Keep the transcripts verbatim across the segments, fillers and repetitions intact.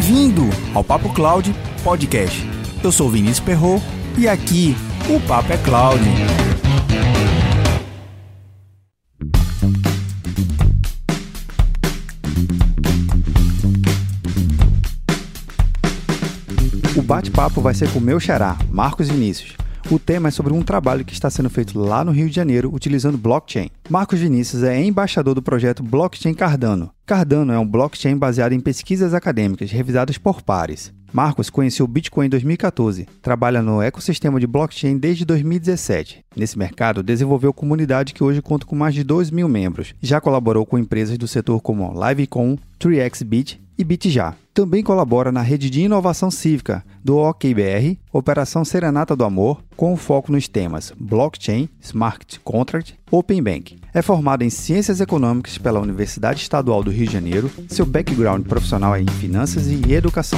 Bem-vindo ao Papo Cloud Podcast. Eu sou Vinícius Perrot e aqui o Papo é Cloud. O bate-papo vai ser com o meu xará, Marcos Vinícius. O tema é sobre um trabalho que está sendo feito lá no Rio de Janeiro utilizando blockchain. Marcos Vinícius é embaixador do projeto Blockchain Cardano. Cardano é um blockchain baseado em pesquisas acadêmicas revisadas por pares. Marcos conheceu o Bitcoin em dois mil e catorze, trabalha no ecossistema de blockchain desde dois mil e dezessete. Nesse mercado, desenvolveu comunidade que hoje conta com mais de dois mil membros. Já colaborou com empresas do setor como LiveCoin, três x bit e BitJa. Também colabora na rede de inovação cívica do OKBR, Operação Serenata do Amor, com foco nos temas Blockchain, Smart Contract, Open Bank. É formado em Ciências Econômicas pela Universidade Estadual do Rio de Janeiro. Seu background profissional é em Finanças e Educação.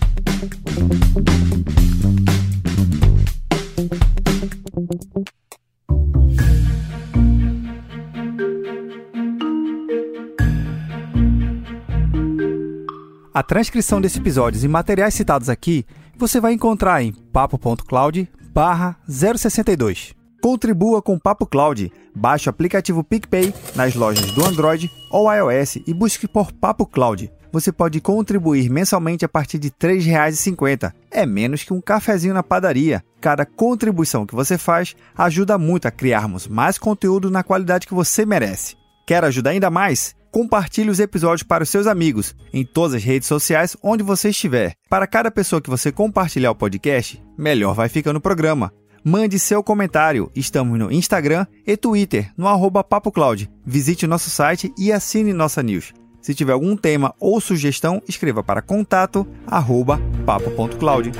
A transcrição desse episódio e materiais citados aqui você vai encontrar em papo.cloud barra zero sessenta e dois. Contribua com o Papo Cloud. Baixe o aplicativo PicPay nas lojas do Android ou iOS e busque por Papo Cloud. Você pode contribuir mensalmente a partir de três reais e cinquenta centavos. É menos que um cafezinho na padaria. Cada contribuição que você faz ajuda muito a criarmos mais conteúdo na qualidade que você merece. Quer ajudar ainda mais? Compartilhe os episódios para os seus amigos, em todas as redes sociais onde você estiver. Para cada pessoa que você compartilhar o podcast, melhor vai ficando o programa. Mande seu comentário. Estamos no Instagram e Twitter, no arroba PapoCloud. Visite nosso site e assine nossa news. Se tiver algum tema ou sugestão, escreva para contato arroba papo.cloud.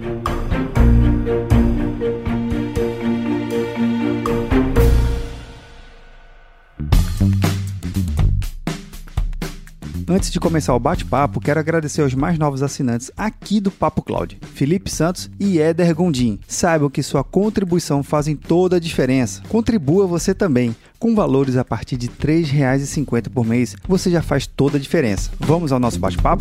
Antes de começar o bate-papo, quero agradecer aos mais novos assinantes aqui do Papo Cloud, Felipe Santos e Éder Gondim. Saibam que sua contribuição faz toda a diferença. Contribua você também. Com valores a partir de três reais e cinquenta centavos por mês, você já faz toda a diferença. Vamos ao nosso bate-papo?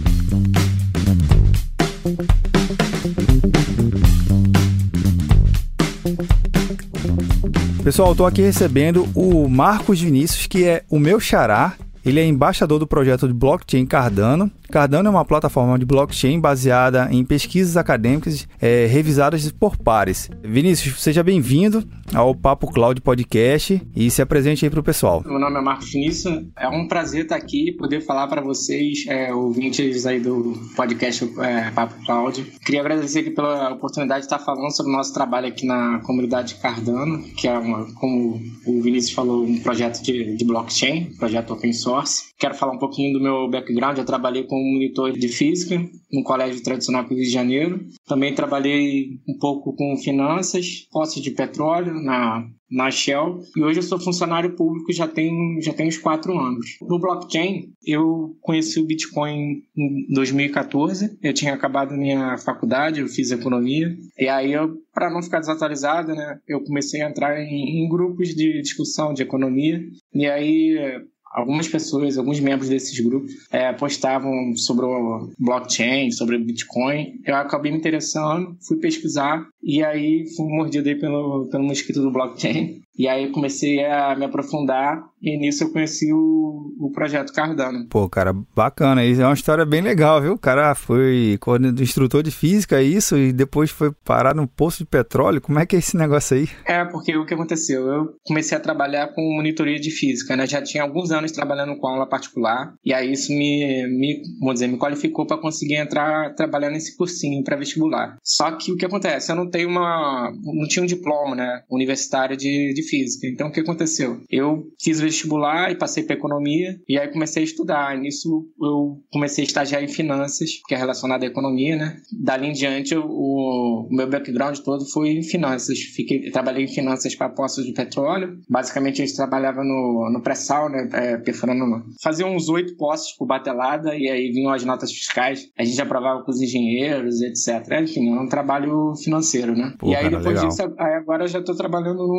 Pessoal, eu estou aqui recebendo o Marcos Vinícius, que é o meu xará. Ele é embaixador do projeto de blockchain Cardano. Cardano é uma plataforma de blockchain baseada em pesquisas acadêmicas é, revisadas por pares. Vinícius, seja bem-vindo ao Papo Cloud Podcast e se apresente aí para o pessoal. Meu nome é Marcos Vinícius, é um prazer estar aqui e poder falar para vocês, é, ouvintes aí do podcast é, Papo Cloud. Queria agradecer aqui pela oportunidade de estar falando sobre o nosso trabalho aqui na comunidade Cardano, que é, uma, como o Vinícius falou, um projeto de, de blockchain, projeto open source. Quero falar um pouquinho do meu background. Eu trabalhei como monitor de física no Colégio Tradicional do Rio de Janeiro. Também trabalhei um pouco com finanças, poços de petróleo na, na Shell. E hoje eu sou funcionário público já tem, já tem uns quatro anos. No blockchain, eu conheci o Bitcoin em dois mil e catorze. Eu tinha acabado minha faculdade, eu fiz economia. E aí, para não ficar desatualizado, né, eu comecei a entrar em, em grupos de discussão de economia. E aí, algumas pessoas, alguns membros desses grupos é, postavam sobre o blockchain, sobre o Bitcoin. Eu acabei me interessando, fui pesquisar e aí fui mordido aí pelo, pelo mosquito do blockchain. E aí comecei a me aprofundar e nisso eu conheci o, o projeto Cardano. Pô, cara, bacana. Isso é uma história bem legal, viu? O cara foi instrutor de física, isso, e depois foi parar num poço de petróleo. Como é que é esse negócio aí? É, porque o que aconteceu? Eu comecei a trabalhar com monitoria de física, né? Já tinha alguns anos trabalhando com aula particular e aí isso me, me, vamos dizer, me qualificou para conseguir entrar trabalhando nesse cursinho pré-vestibular. Só que o que acontece? Eu não tenho uma... não tinha um diploma, né? Universitário de, de física. Então, o que aconteceu? Eu fiz vestibular e passei para economia e aí comecei a estudar. Nisso, eu comecei a estagiar em finanças, que é relacionado à economia, né? Dali em diante, eu, o, o meu background todo foi em finanças. Fiquei, trabalhei em finanças para poços de petróleo. Basicamente, a gente trabalhava no, no pré-sal, né? É, perfurando... Fazia uns oito poços por batelada e aí vinham as notas fiscais. A gente aprovava com os engenheiros, etcétera. Enfim, é um trabalho financeiro, né? Pô, e aí, cara, depois legal. disso, aí agora eu já estou trabalhando no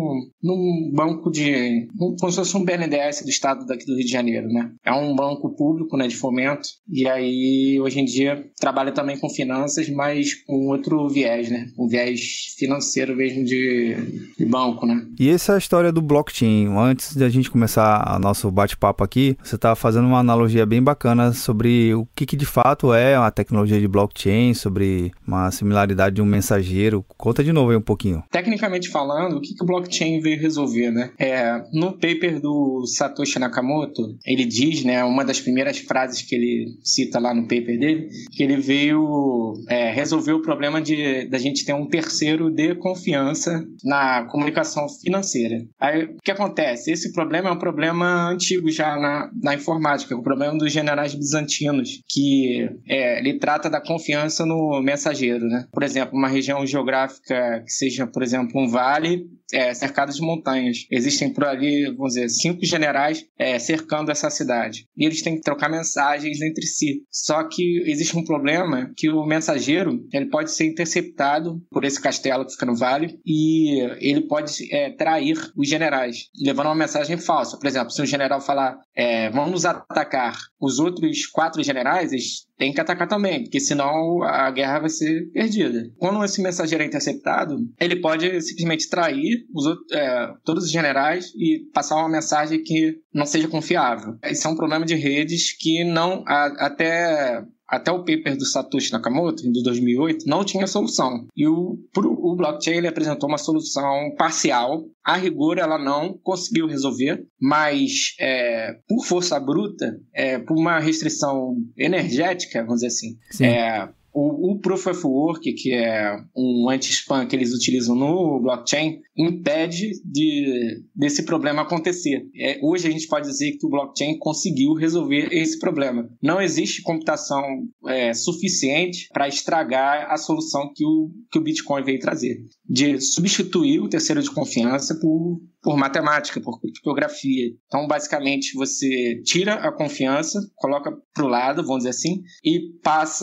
num banco de... como se fosse um B N D E S do estado daqui do Rio de Janeiro, né? É um banco público, né, de fomento, e aí hoje em dia trabalha também com finanças, mas com outro viés, né? Um viés financeiro mesmo de, de banco, né? E essa história do blockchain, antes de a gente começar o nosso bate-papo aqui, você estava fazendo uma analogia bem bacana sobre o que, que de fato é a tecnologia de blockchain, sobre uma similaridade de um mensageiro. Conta de novo aí um pouquinho. Tecnicamente falando, o que, que o blockchain veio resolver, né? É, no paper do Satoshi Nakamoto, ele diz, né, uma das primeiras frases que ele cita lá no paper dele, que ele veio é, resolver o problema de da gente ter um terceiro de confiança na comunicação financeira. Aí, o que acontece? Esse problema é um problema antigo já na, na informática, o problema dos generais bizantinos, que é, ele trata da confiança no mensageiro, né? Por exemplo, uma região geográfica que seja, por exemplo, um vale é, cercado de montanhas. Existem por ali, vamos dizer, cinco generais é, cercando essa cidade. E eles têm que trocar mensagens entre si. Só que existe um problema que o mensageiro ele pode ser interceptado por esse castelo que fica no vale e ele pode é, trair os generais, levando uma mensagem falsa. Por exemplo, se um general falar é, vamos atacar, os outros quatro generais eles têm que atacar também, porque senão a guerra vai ser perdida. Quando esse mensageiro é interceptado, ele pode simplesmente trair os outros, é, todos os generais e passar uma mensagem que não seja confiável. Esse é um problema de redes que não, a, até... Até o paper do Satoshi Nakamoto, de dois mil e oito, não tinha solução. E o, pro, o blockchain ele apresentou uma solução parcial. A rigor, ela não conseguiu resolver, mas é, por força bruta, é, por uma restrição energética, vamos dizer assim, é, o, o Proof of Work, que é um anti-spam que eles utilizam no blockchain, impede de, desse problema acontecer. É, hoje a gente pode dizer que o blockchain conseguiu resolver esse problema. Não existe computação é, suficiente para estragar a solução que o, que o Bitcoin veio trazer, de substituir o terceiro de confiança por, por matemática, por criptografia. Então, basicamente, você tira a confiança, coloca para o lado, vamos dizer assim, e passa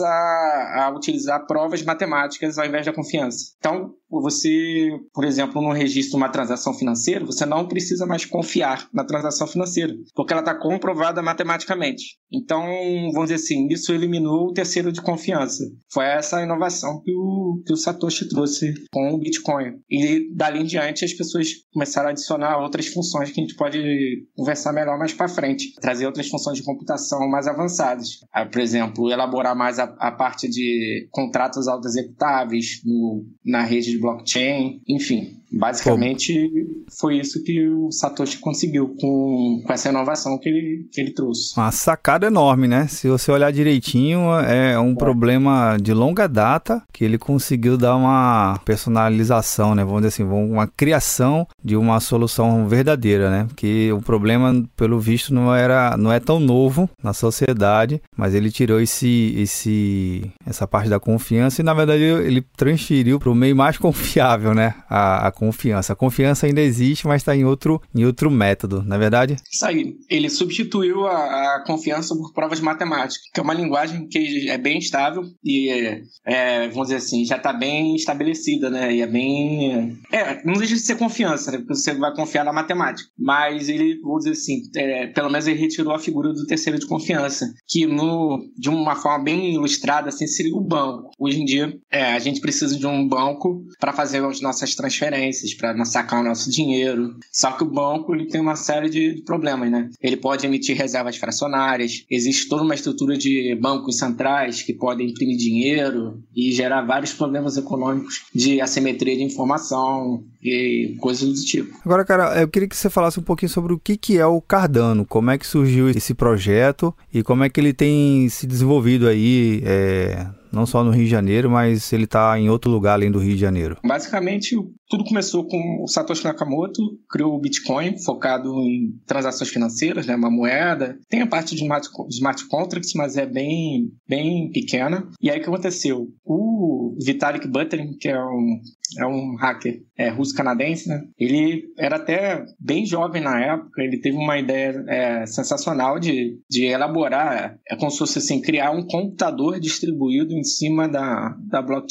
a utilizar provas matemáticas ao invés da confiança. Então, você, por exemplo, no registro de uma transação financeira, você não precisa mais confiar na transação financeira, porque ela está comprovada matematicamente. Então, vamos dizer assim, isso eliminou o terceiro de confiança. Foi essa a inovação que o, que o Satoshi trouxe com o Bitcoin. E dali em diante as pessoas começaram a adicionar outras funções que a gente pode conversar melhor mais para frente. Trazer outras funções de computação mais avançadas. Ah, por exemplo, elaborar mais a, a parte de contratos auto-executáveis no, na rede de blockchain, enfim. Basicamente, Pô. foi isso que o Satoshi conseguiu com, com essa inovação que ele, que ele trouxe. Uma sacada enorme, né? Se você olhar direitinho, é um é. problema de longa data que ele conseguiu dar uma personalização, né? Vamos dizer assim, uma criação de uma solução verdadeira, né? Porque o problema, pelo visto, não, era, não é tão novo na sociedade, mas ele tirou esse, esse, essa parte da confiança e, na verdade, ele transferiu para o meio mais confiável, né? A, a confiança. A confiança ainda existe, mas está em outro, em outro método, não é verdade? Isso aí. Ele substituiu a, a confiança por provas matemáticas, que é uma linguagem que é bem estável e, é, é, vamos dizer assim, já está bem estabelecida, né? E é bem... É, não deixa de ser confiança, né? Porque você vai confiar na matemática. Mas ele, vamos dizer assim, é, pelo menos ele retirou a figura do terceiro de confiança, que no, de uma forma bem ilustrada, assim, seria o banco. Hoje em dia, é, a gente precisa de um banco para fazer as nossas transferências, para sacar o nosso dinheiro. Só que o banco ele tem uma série de problemas, né? Ele pode emitir reservas fracionárias, existe toda uma estrutura de bancos centrais que podem imprimir dinheiro e gerar vários problemas econômicos de assimetria de informação e coisas do tipo. Agora, cara, eu queria que você falasse um pouquinho sobre o que, que é o Cardano, como é que surgiu esse projeto e como é que ele tem se desenvolvido aí, é, não só no Rio de Janeiro, mas ele está em outro lugar além do Rio de Janeiro. Basicamente, tudo começou com o Satoshi Nakamoto, criou o Bitcoin, focado em transações financeiras, né, uma moeda. Tem a parte de smart, smart contracts, mas é bem, bem pequena. E aí o que aconteceu? O Vitalik Buterin, que é um, é um hacker é, russo-canadense, né, ele era até bem jovem na época, ele teve uma ideia é, sensacional de, de elaborar, é como se fosse assim, criar um computador distribuído em cima da, da blockchain.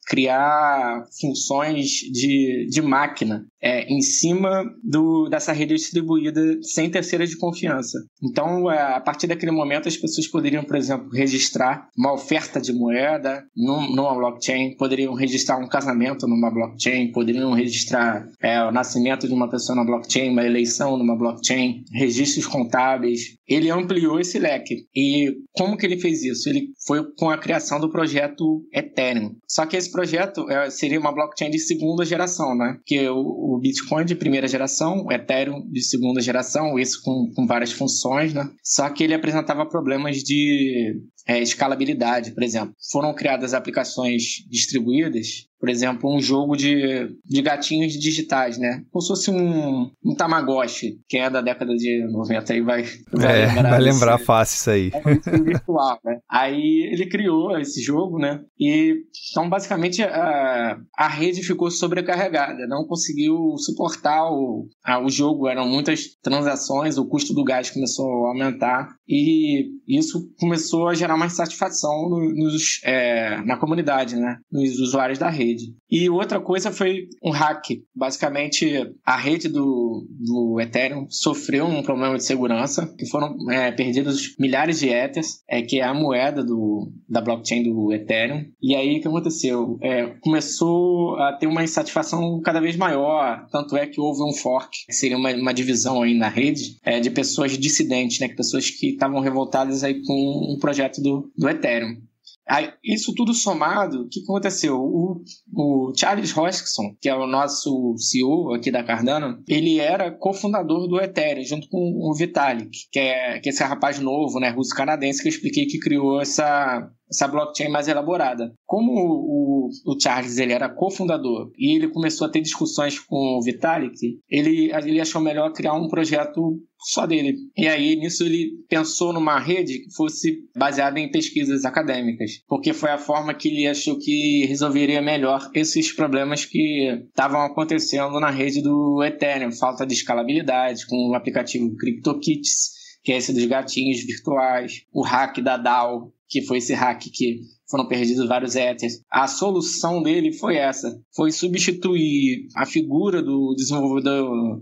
criar funções de, de máquina é, em cima do, dessa rede distribuída sem terceiras de confiança. Então, é, a partir daquele momento, as pessoas poderiam, por exemplo, registrar uma oferta de moeda num, numa blockchain, poderiam registrar um casamento numa blockchain, poderiam registrar é, o nascimento de uma pessoa na blockchain, uma eleição numa blockchain, registros contábeis. Ele ampliou esse leque. E como que ele fez isso? Ele foi com a criação do projeto Ethereum. Só que esse projeto é, seria uma blockchain de segunda geração, né? Que o, o Bitcoin de primeira geração, o Ethereum de segunda geração, isso com, com várias funções, né? Só que ele apresentava problemas de é, escalabilidade, por exemplo. Foram criadas aplicações distribuídas, por exemplo, um jogo de, de gatinhos digitais, né? Como se fosse um, um Tamagotchi, que é da década de noventa, aí vai, vai é, lembrar. Vai lembrar fácil isso aí. É virtual, né? Aí ele criou esse jogo, né? E então, basicamente, a, a rede ficou sobrecarregada, não conseguiu suportar o, a, o jogo, eram muitas transações, o custo do gás começou a aumentar e isso começou a gerar mais satisfação no, nos, é, na comunidade, né? Nos usuários da rede. E outra coisa foi um hack. Basicamente, a rede do, do Ethereum sofreu um problema de segurança, que foram é, perdidos milhares de Ethers, é, que é a moeda do, da blockchain do Ethereum. E aí, o que aconteceu? É, começou a ter uma insatisfação cada vez maior, tanto é que houve um fork, que seria uma, uma divisão aí na rede, é, de pessoas dissidentes, né, pessoas que estavam revoltadas aí com o projeto do, do Ethereum. Aí, isso tudo somado, o que aconteceu? O, o Charles Hoskinson, que é o nosso C E O aqui da Cardano, ele era cofundador do Ethereum, junto com o Vitalik, que é, que é esse rapaz novo, né, russo-canadense, que eu expliquei que criou essa, essa blockchain mais elaborada. Como o, o Charles ele era cofundador e ele começou a ter discussões com o Vitalik, ele, ele achou melhor criar um projeto só dele. E aí, nisso, ele pensou numa rede que fosse baseada em pesquisas acadêmicas, porque foi a forma que ele achou que resolveria melhor esses problemas que estavam acontecendo na rede do Ethereum, falta de escalabilidade, com o aplicativo CryptoKitties, que é esse dos gatinhos virtuais, o hack da D A O, que foi esse hack que foram perdidos vários Ethers. A solução dele foi essa, foi substituir a figura do desenvolvedor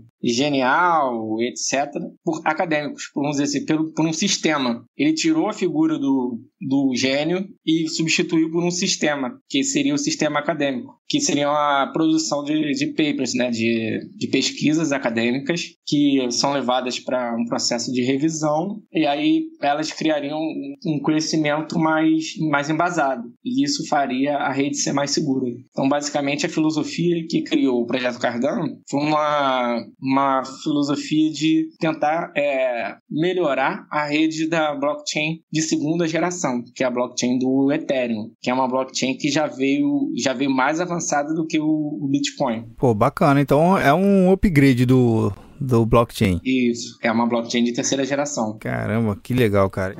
genial, etcétera, por acadêmicos, por, vamos dizer assim, por, por um sistema. Ele tirou a figura do, do gênio e substituiu por um sistema, que seria o sistema acadêmico, que seria a produção de, de papers, né, de, de pesquisas acadêmicas, que são levadas para um processo de revisão, e aí elas criariam um conhecimento mais, mais embasado, e isso faria a rede ser mais segura. Então, basicamente, a filosofia que criou o projeto Cardano foi uma, uma filosofia de tentar é, melhorar a rede da blockchain de segunda geração, que é a blockchain do Ethereum, que é uma blockchain que já veio, já veio mais avançada do que o, o Bitcoin. Pô, bacana. Então, é um upgrade do... do blockchain. Isso, é uma blockchain de terceira geração. Caramba, que legal, cara.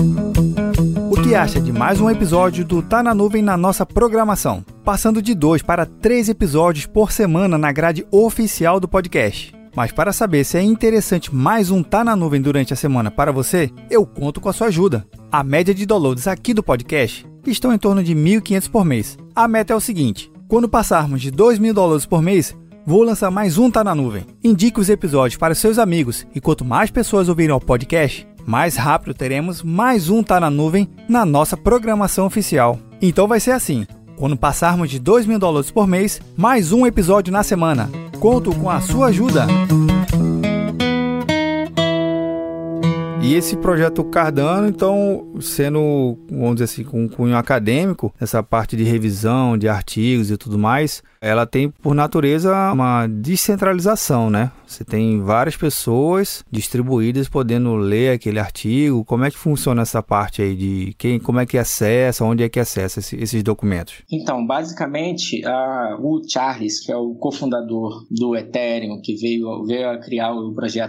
O que acha de mais um episódio do Tá na Nuvem na nossa programação? Passando de dois para três episódios por semana na grade oficial do podcast. Mas para saber se é interessante mais um Tá na Nuvem durante a semana para você, eu conto com a sua ajuda. A média de downloads aqui do podcast estão em torno de mil e quinhentos por mês. A meta é o seguinte: quando passarmos de dois mil downloads por mês, vou lançar mais um Tá na Nuvem. Indique os episódios para seus amigos e quanto mais pessoas ouvirem o podcast, mais rápido teremos mais um Tá na Nuvem na nossa programação oficial. Então vai ser assim: quando passarmos de dois mil downloads por mês, mais um episódio na semana. Conto com a sua ajuda. E esse projeto Cardano, então, sendo, vamos dizer assim, com um cunho acadêmico, essa parte de revisão de artigos e tudo mais, ela tem, por natureza, uma descentralização, né? Você tem várias pessoas distribuídas podendo ler aquele artigo. Como é que funciona essa parte aí de quem, como é que acessa, onde é que acessa esse, esses documentos? Então, basicamente, uh, o Charles, que é o cofundador do Ethereum, que veio, veio a criar o projeto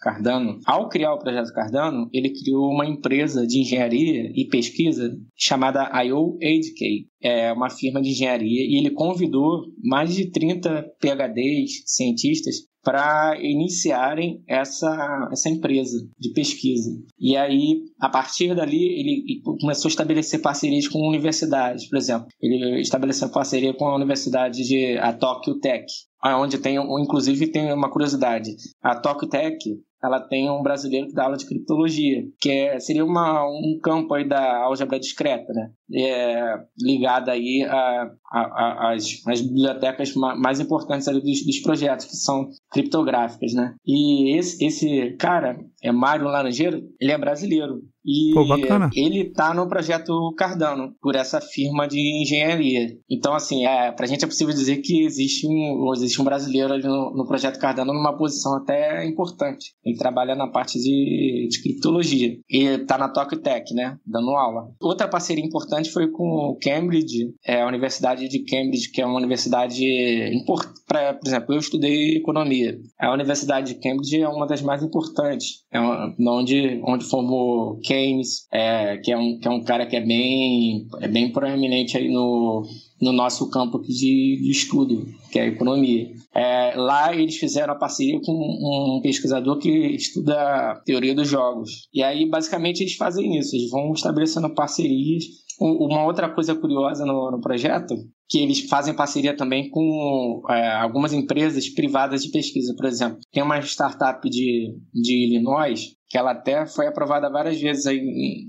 Cardano, ao criar o projeto Cardano, ele criou uma empresa de engenharia e pesquisa chamada I O A D K. É uma firma de engenharia e ele convidou mais de trinta PhDs, cientistas, para iniciarem essa, essa empresa de pesquisa. E aí, a partir dali, ele começou a estabelecer parcerias com universidades. Por exemplo, ele estabeleceu parceria com a Universidade de a Tokyo Tech, onde tem, inclusive, tem uma curiosidade. A Tokyo Tech, ela tem um brasileiro que dá aula de criptologia, que é, seria uma, um campo aí da álgebra discreta, né? É, ligada aí a, a, a, as, as bibliotecas mais importantes ali dos, dos projetos, que são criptográficas, né? E esse, esse cara, é Mário Laranjeiro, ele é brasileiro. E Pô, bacana. Ele tá no projeto Cardano, por essa firma de engenharia. Então, assim, é, pra gente é possível dizer que existe um, existe um brasileiro ali no, no projeto Cardano numa posição até importante. Ele trabalha na parte de, de criptologia. E tá na Tokyo Tech, né? Dando aula. Outra parceria importante foi com o Cambridge, é, a Universidade de Cambridge, que é uma universidade importante. Por exemplo, eu estudei economia. A Universidade de Cambridge é uma das mais importantes. É uma, onde, onde formou Keynes, é, que, é um, que é um cara que é bem, é bem proeminente aí no, no nosso campo de, de estudo, que é a economia. É, lá eles fizeram a parceria com um pesquisador que estuda teoria dos jogos. E aí, basicamente, eles fazem isso. Eles vão estabelecendo parcerias. Uma outra coisa curiosa no, no projeto, que eles fazem parceria também com é, algumas empresas privadas de pesquisa. Por exemplo, tem uma startup de, de Illinois, que ela até foi aprovada várias vezes aí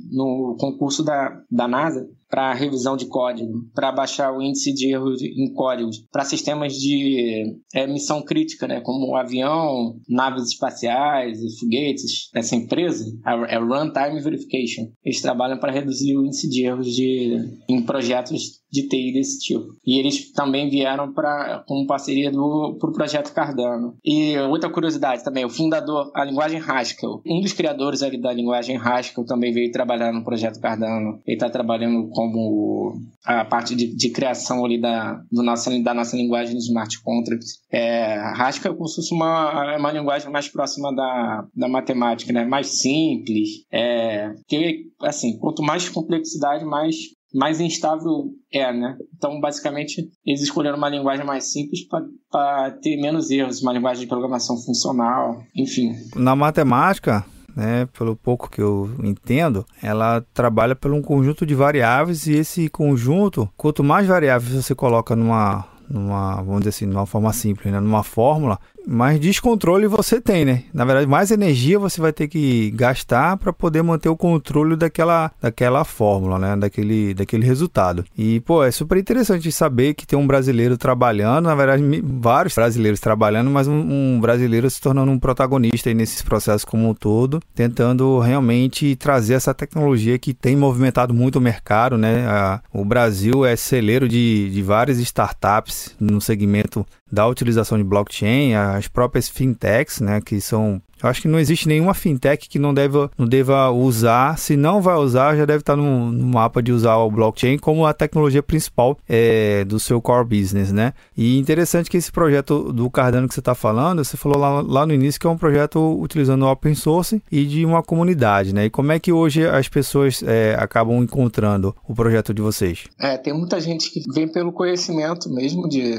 no concurso da, da NASA para revisão de código, para baixar o índice de erro em códigos, para sistemas de é, missão crítica, né, como avião, naves espaciais e foguetes. Essa empresa é Runtime Verification. Eles trabalham para reduzir o índice de erros de, em projetos de T I desse tipo. E eles também vieram pra, como parceria para o pro projeto Cardano. E outra curiosidade também, o fundador, a linguagem Haskell, um dos criadores ali da linguagem Haskell também veio trabalhar no projeto Cardano. Ele está trabalhando como a parte de, de criação ali da, do nossa, da nossa linguagem de smart contracts. É, Haskell é como se fosse uma, uma linguagem mais próxima da, da matemática, né? Mais simples. É, que, assim, quanto mais complexidade, mais mais instável é, né? Então, basicamente, eles escolheram uma linguagem mais simples para ter menos erros, uma linguagem de programação funcional, enfim. Na matemática, né, pelo pouco que eu entendo, ela trabalha por um conjunto de variáveis e esse conjunto, quanto mais variáveis você coloca numa, numa vamos dizer assim, numa forma simples, né, numa fórmula, mais descontrole você tem, né? Na verdade, mais energia você vai ter que gastar para poder manter o controle daquela, daquela fórmula, né? Daquele, daquele resultado. E, pô, é super interessante saber que tem um brasileiro trabalhando, na verdade, vários brasileiros trabalhando, mas um, um brasileiro se tornando um protagonista aí nesses processos como um todo, tentando realmente trazer essa tecnologia que tem movimentado muito o mercado, né? A, o Brasil é celeiro de, de várias startups no segmento da utilização de blockchain, as próprias fintechs, né, que são... Eu acho que não existe nenhuma fintech que não deva, não deva usar, se não vai usar, já deve estar no, no mapa de usar o blockchain como a tecnologia principal é, do seu core business, né? E interessante que esse projeto do Cardano que você está falando, você falou lá, lá no início que é um projeto utilizando open source e de uma comunidade, né? E como é que hoje as pessoas é, acabam encontrando o projeto de vocês? É, tem muita gente que vem pelo conhecimento mesmo de,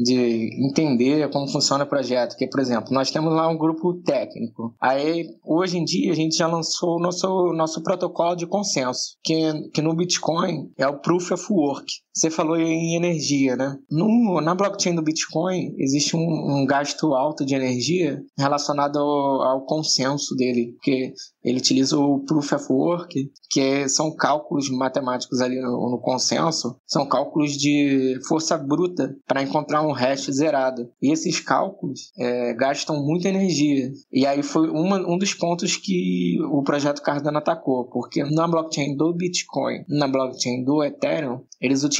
de entender como funciona o projeto, que, por exemplo, nós temos lá um grupo técnico. Aí, hoje em dia, a gente já lançou o nosso, nosso protocolo de consenso, que, que no Bitcoin é o Proof of Work. Você falou em energia, né? No, na blockchain do Bitcoin, existe um, um gasto alto de energia relacionado ao, ao consenso dele, porque ele utiliza o Proof of Work, que é, são cálculos matemáticos ali no, no consenso, são cálculos de força bruta para encontrar um hash zerado. E esses cálculos é, gastam muita energia. E aí foi uma, um dos pontos que o projeto Cardano atacou, porque na blockchain do Bitcoin, na blockchain do Ethereum, eles utilizam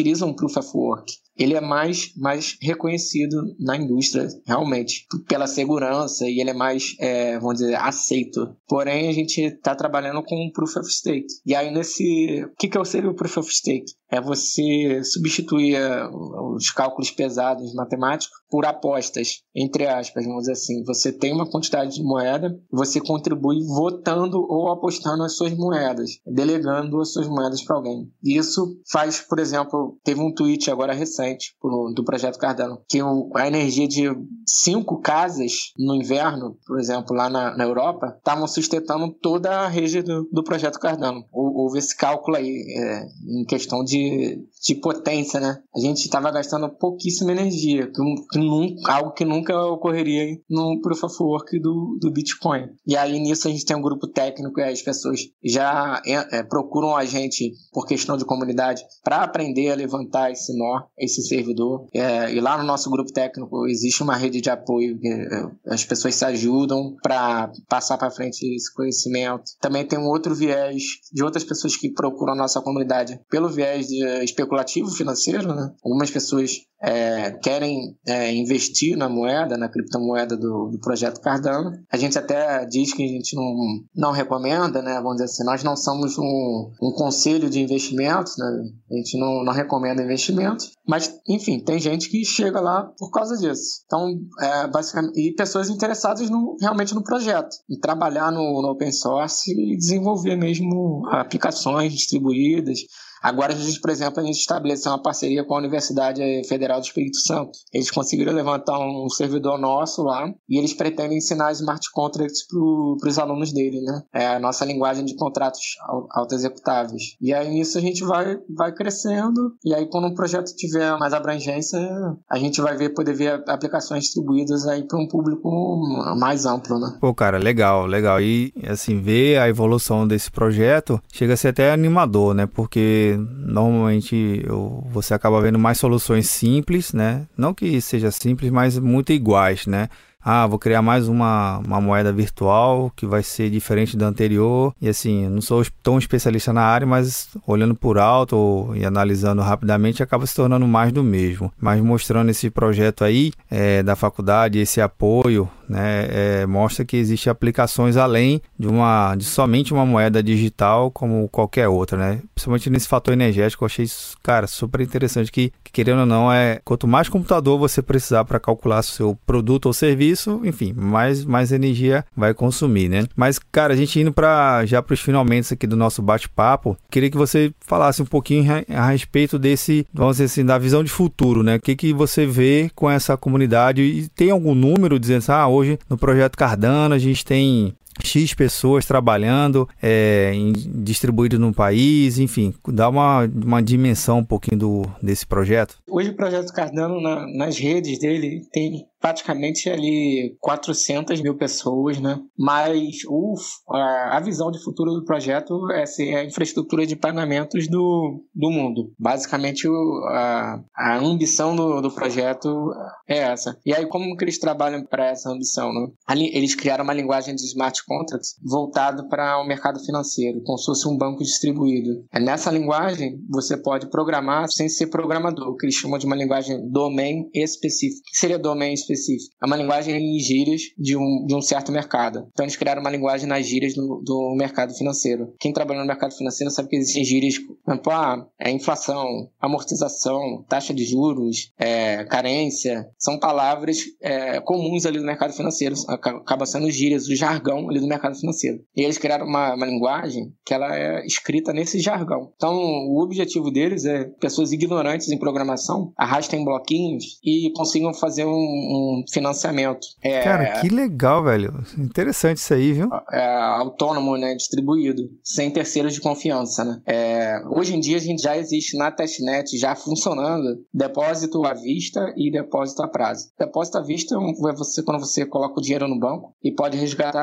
utilizam Proof of Work, ele é mais, mais reconhecido na indústria, realmente, pela segurança, e ele é mais, é, vamos dizer, aceito. Porém, a gente está trabalhando com o Proof of Stake. E aí, nesse... O que, que seria o Proof of Stake? É você substituir os cálculos pesados matemáticos por apostas, entre aspas, vamos dizer assim. Você tem uma quantidade de moeda, você contribui votando ou apostando as suas moedas, delegando as suas moedas para alguém. Isso faz, por exemplo, teve um tweet agora recente do Projeto Cardano, que a energia de cinco casas no inverno, por exemplo, lá na, na Europa, estavam sustentando toda a rede do, do Projeto Cardano. Houve esse cálculo aí, é, em questão de, de potência, né? A gente estava gastando pouquíssima energia, que, que nunca, algo que nunca ocorreria no Proof of Work do, do Bitcoin. E aí, nisso, a gente tem um grupo técnico e as pessoas já é, é, procuram a gente, por questão de comunidade, para aprender a levantar esse nó, esse servidor. É, e lá no nosso grupo técnico existe uma rede de apoio, que é, as pessoas se ajudam para passar para frente esse conhecimento. Também tem um outro viés de outras pessoas que procuram a nossa comunidade pelo viés de especulativo financeiro, né? Algumas pessoas é, querem é, investir na moeda, na criptomoeda do, do Projeto Cardano. A gente até diz que a gente não, não recomenda, né? Vamos dizer assim, nós não somos um, um conselho de investimentos, né? A gente não, não recomenda investimentos, mas, enfim, tem gente que chega lá por causa disso. Então, é, basicamente, e pessoas interessadas no, realmente no projeto, em trabalhar no, no open source e desenvolver mesmo aplicações distribuídas. Agora, a gente, por exemplo, a gente estabeleceu uma parceria com a Universidade Federal do Espírito Santo. Eles conseguiram levantar um servidor nosso lá e eles pretendem ensinar smart contracts para os alunos dele, né? É a nossa linguagem de contratos autoexecutáveis. E aí, nisso, a gente vai, vai crescendo e aí, quando o projeto tiver mais abrangência, a gente vai ver, poder ver aplicações distribuídas aí para um público mais amplo, né? Pô, cara, legal, legal. E, assim, ver a evolução desse projeto chega a ser até animador, né? Porque normalmente eu, você acaba vendo mais soluções simples, né? Não que seja simples, mas muito iguais, né? Ah, vou criar mais uma, uma moeda virtual que vai ser diferente da anterior. E assim, eu não sou tão especialista na área, mas olhando por alto e analisando rapidamente, acaba se tornando mais do mesmo. Mas mostrando esse projeto aí é, da faculdade, esse apoio, né, é, mostra que existem aplicações além de, uma, de somente uma moeda digital como qualquer outra, né? Principalmente nesse fator energético, eu achei isso, cara, super interessante que, que querendo ou não, é quanto mais computador você precisar para calcular seu produto ou serviço, enfim, mais, mais energia vai consumir, né? Mas, cara, a gente indo para já para os finalmente aqui do nosso bate-papo, queria que você falasse um pouquinho a respeito desse, vamos dizer assim, da visão de futuro, né? O que, que você vê com essa comunidade e tem algum número dizendo assim, ah, hoje no Projeto Cardano a gente tem X pessoas trabalhando, é, em, distribuído no país, enfim, dá uma, uma dimensão um pouquinho do, desse projeto. Hoje o Projeto Cardano, na, nas redes dele, tem praticamente ali quatrocentas mil pessoas, né? Mas o, a, a visão de futuro do projeto é ser a infraestrutura de pagamentos do, do mundo. Basicamente, o, a, a ambição do, do projeto é essa. E aí, como que eles trabalham para essa ambição, né? Ali, eles criaram uma linguagem de smart contracts voltado para o mercado financeiro, como se fosse um banco distribuído. É nessa linguagem, você pode programar sem ser programador, o que eles chamam de uma linguagem domain específica. O que seria domain específico? É uma linguagem em gírias de um, de um certo mercado. Então, eles criaram uma linguagem nas gírias do, do mercado financeiro. Quem trabalha no mercado financeiro sabe que existem gírias como ah, é inflação, amortização, taxa de juros, é, carência. São palavras é, comuns ali do mercado financeiro. Acaba sendo gírias, o jargão ali do mercado financeiro. E eles criaram uma, uma linguagem que ela é escrita nesse jargão. Então, o objetivo deles é pessoas ignorantes em programação arrastem bloquinhos e consigam fazer um, um financiamento. É, Cara, que legal, velho. Interessante isso aí, viu? É, autônomo, né? Distribuído, sem terceiros de confiança, né? É, hoje em dia, a gente já existe na testnet, já funcionando, depósito à vista e depósito a prazo. Depósito à vista é você, quando você coloca o dinheiro no banco e pode resgatar a qualquer momento.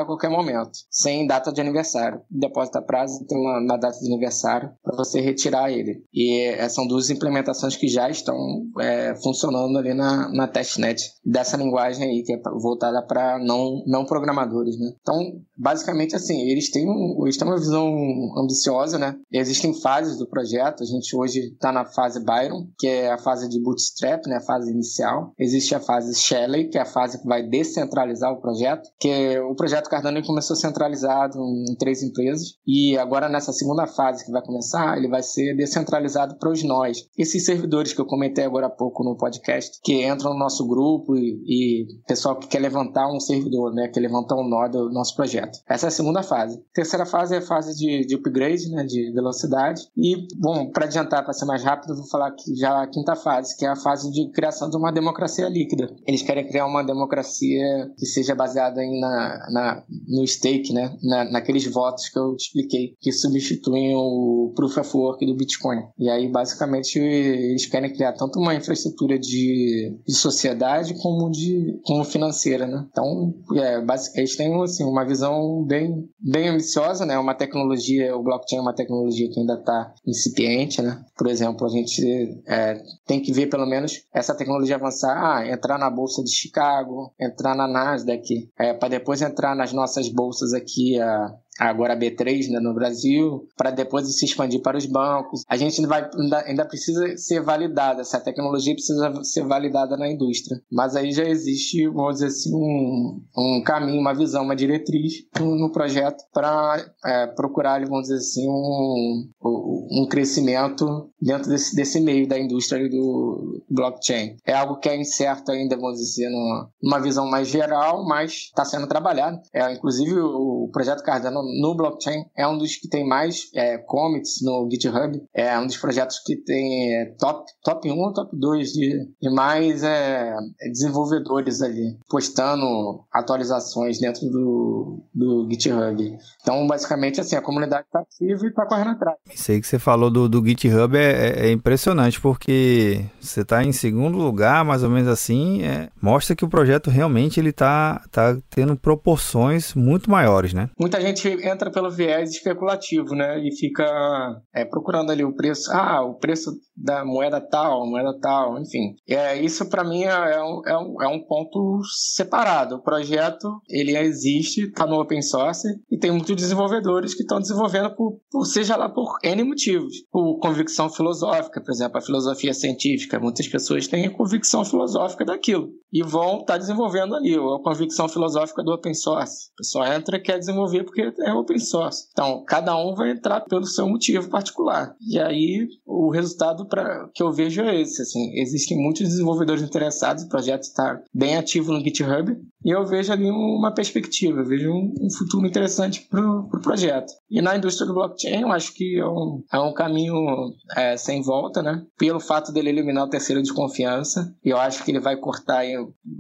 momento, sem data de aniversário. Depósito a prazo tem uma, uma data de aniversário para você retirar ele. E é, são duas implementações que já estão é, funcionando ali na, na testnet dessa linguagem aí, que é voltada para não, não programadores, né? Então, basicamente assim, eles têm, um, eles têm uma visão ambiciosa, né? Existem fases do projeto. A gente hoje está na fase Byron, que é a fase de bootstrap, né? A fase inicial. Existe a fase Shelley, que é a fase que vai descentralizar o projeto, que o projeto Cardano ele começou centralizado em três empresas, e agora nessa segunda fase que vai começar, ele vai ser descentralizado para os nós. Esses servidores que eu comentei agora há pouco no podcast, que entram no nosso grupo e, e pessoal que quer levantar um servidor, né? Quer levantar um nó do nosso projeto. Essa é a segunda fase. A terceira fase é a fase de, de upgrade, né? De velocidade. E, bom, para adiantar, para ser mais rápido, eu vou falar que já a quinta fase, que é a fase de criação de uma democracia líquida. Eles querem criar uma democracia que seja baseada em, na, na, no stake, né? Na, naqueles votos que eu expliquei, que substituem o Proof of Work do Bitcoin. E aí, basicamente, eles querem criar tanto uma infraestrutura de, de sociedade como, de, como financeira, né? Então, é, basicamente, eles têm assim, uma visão bem, bem ambiciosa, né? Uma tecnologia, o blockchain é uma tecnologia que ainda está incipiente, né? Por exemplo, a gente é, tem que ver pelo menos essa tecnologia avançar, ah, entrar na Bolsa de Chicago, entrar na Nasdaq, é, para depois entrar nas nossas bolsas aqui, a agora a B três, né, no Brasil, para depois se expandir para os bancos. A gente ainda, vai, ainda, ainda precisa ser validada, essa tecnologia precisa ser validada na indústria. Mas aí já existe, vamos dizer assim, um, um caminho, uma visão, uma diretriz no, no projeto para é, procurar, vamos dizer assim, um, um crescimento dentro desse, desse meio da indústria do blockchain. É algo que é incerto ainda, vamos dizer, numa, numa visão mais geral, mas está sendo trabalhado. É, inclusive, o, o projeto Cardano no blockchain é um dos que tem mais é, commits no GitHub, é um dos projetos que tem é, top, top um ou top dois de, de mais é, desenvolvedores ali, postando atualizações dentro do, do GitHub. Então, basicamente, assim, a comunidade está ativa e está correndo atrás. Isso aí que você falou do, do GitHub é, é impressionante, porque você está em segundo lugar, mais ou menos assim, é, mostra que o projeto realmente ele está tá tendo proporções muito maiores, né? Muita gente entra pelo viés especulativo, né? E fica é, procurando ali o preço, ah, o preço da moeda tal, moeda tal, enfim. É, isso para mim é um, é, um, é um ponto separado. O projeto, ele existe, está no open source e tem muitos desenvolvedores que estão desenvolvendo por, por, seja lá por N motivos. Por convicção filosófica, por exemplo, a filosofia científica. Muitas pessoas têm a convicção filosófica daquilo e vão estar tá desenvolvendo ali, ou a convicção filosófica do open source. O pessoal entra e quer desenvolver porque é open source. Então, cada um vai entrar pelo seu motivo particular. E aí, o resultado pra, que eu vejo é esse. Assim, existem muitos desenvolvedores interessados, o projeto está bem ativo no GitHub, e eu vejo ali uma perspectiva, eu vejo um, um futuro interessante para o pro projeto. E na indústria do blockchain, eu acho que é um, é um caminho é, sem volta, né? Pelo fato dele eliminar o terceiro de confiança, e eu acho que ele vai cortar aí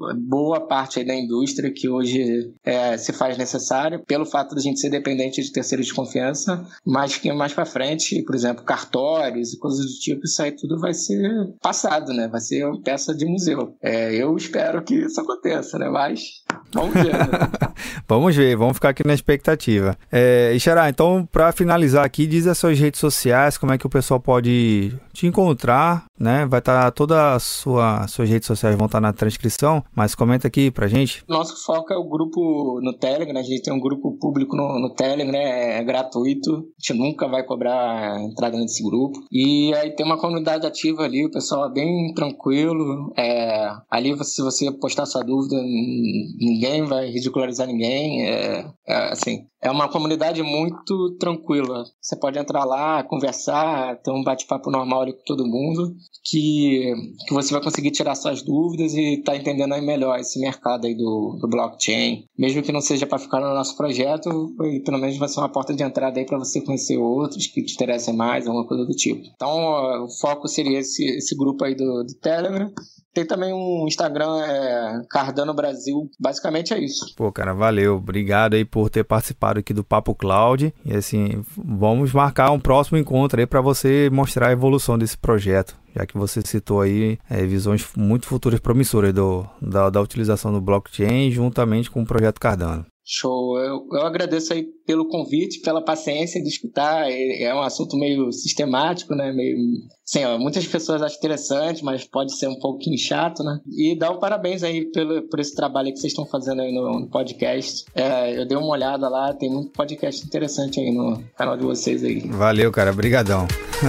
boa parte aí da indústria que hoje é, se faz necessária, pelo fato de a gente ser dependente de terceiro de confiança, mas que mais para frente, por exemplo, cartórios e coisas do tipo, isso aí tudo vai ser passado, né? Vai ser uma peça de museu. É, eu espero que isso aconteça, né? Mas vamos ver, né? Vamos ver, vamos ficar aqui na expectativa. É, Ixará, então, para finalizar aqui, diz as suas redes sociais, como é que o pessoal pode te encontrar, né? Vai estar, tá, todas as sua, suas redes sociais vão estar tá na transcrição, mas comenta aqui pra gente. Nosso foco é o grupo no Telegram, né? A gente tem um grupo público no, no Telegram, né? É gratuito, a gente nunca vai cobrar entrada nesse grupo. E aí tem uma comunidade ativa ali, o pessoal é bem tranquilo. É, ali, se você postar sua dúvida, ninguém vai ridicularizar ninguém. É, é, assim, é uma comunidade muito tranquila. Você pode entrar lá, conversar, ter um bate-papo normal ali com todo mundo, que, que você vai conseguir tirar suas dúvidas e tá entendendo aí melhor esse mercado aí do, do blockchain. Mesmo que não seja para ficar no nosso projeto, pelo menos vai ser uma porta de entrada aí para você conhecer outros que te interessem mais, alguma coisa do tipo. Então, o foco seria esse, esse grupo aí do, do Telegram. Tem também um Instagram, é, Cardano Brasil. Basicamente é isso. Pô, cara, valeu. Obrigado aí por ter participado aqui do Papo Cloud. E assim, vamos marcar um próximo encontro aí para você mostrar a evolução desse projeto, já que você citou aí é, visões muito futuras promissoras do, da, da utilização do blockchain juntamente com o projeto Cardano. Show. Eu, eu agradeço aí pelo convite, pela paciência de escutar. É, é um assunto meio sistemático, né? Meio, assim, ó, muitas pessoas acham interessante, mas pode ser um pouquinho chato, né? E dá um parabéns aí pelo, por esse trabalho que vocês estão fazendo aí no, no podcast. É, eu dei uma olhada lá, tem muito podcast interessante aí no canal de vocês aí. Valeu, cara. Obrigadão.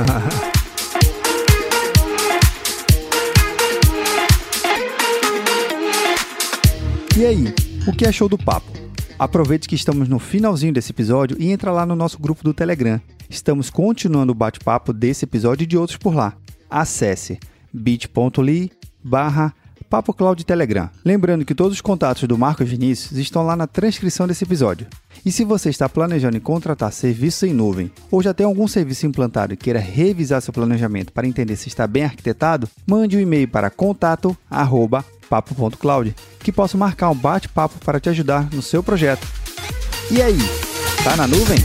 E aí, o que achou do papo? Aproveite que estamos no finalzinho desse episódio e entra lá no nosso grupo do Telegram. Estamos continuando o bate-papo desse episódio e de outros por lá. Acesse bit.ly barra Papo Cloud Telegram. Lembrando que todos os contatos do Marcos Vinícius estão lá na transcrição desse episódio. E se você está planejando em contratar serviços em nuvem ou já tem algum serviço implantado e queira revisar seu planejamento para entender se está bem arquitetado, mande um e-mail para contato arroba papo ponto cloud que posso marcar um bate-papo para te ajudar no seu projeto. E aí, tá na nuvem?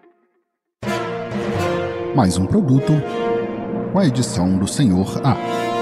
Mais um produto com a edição do senhor A.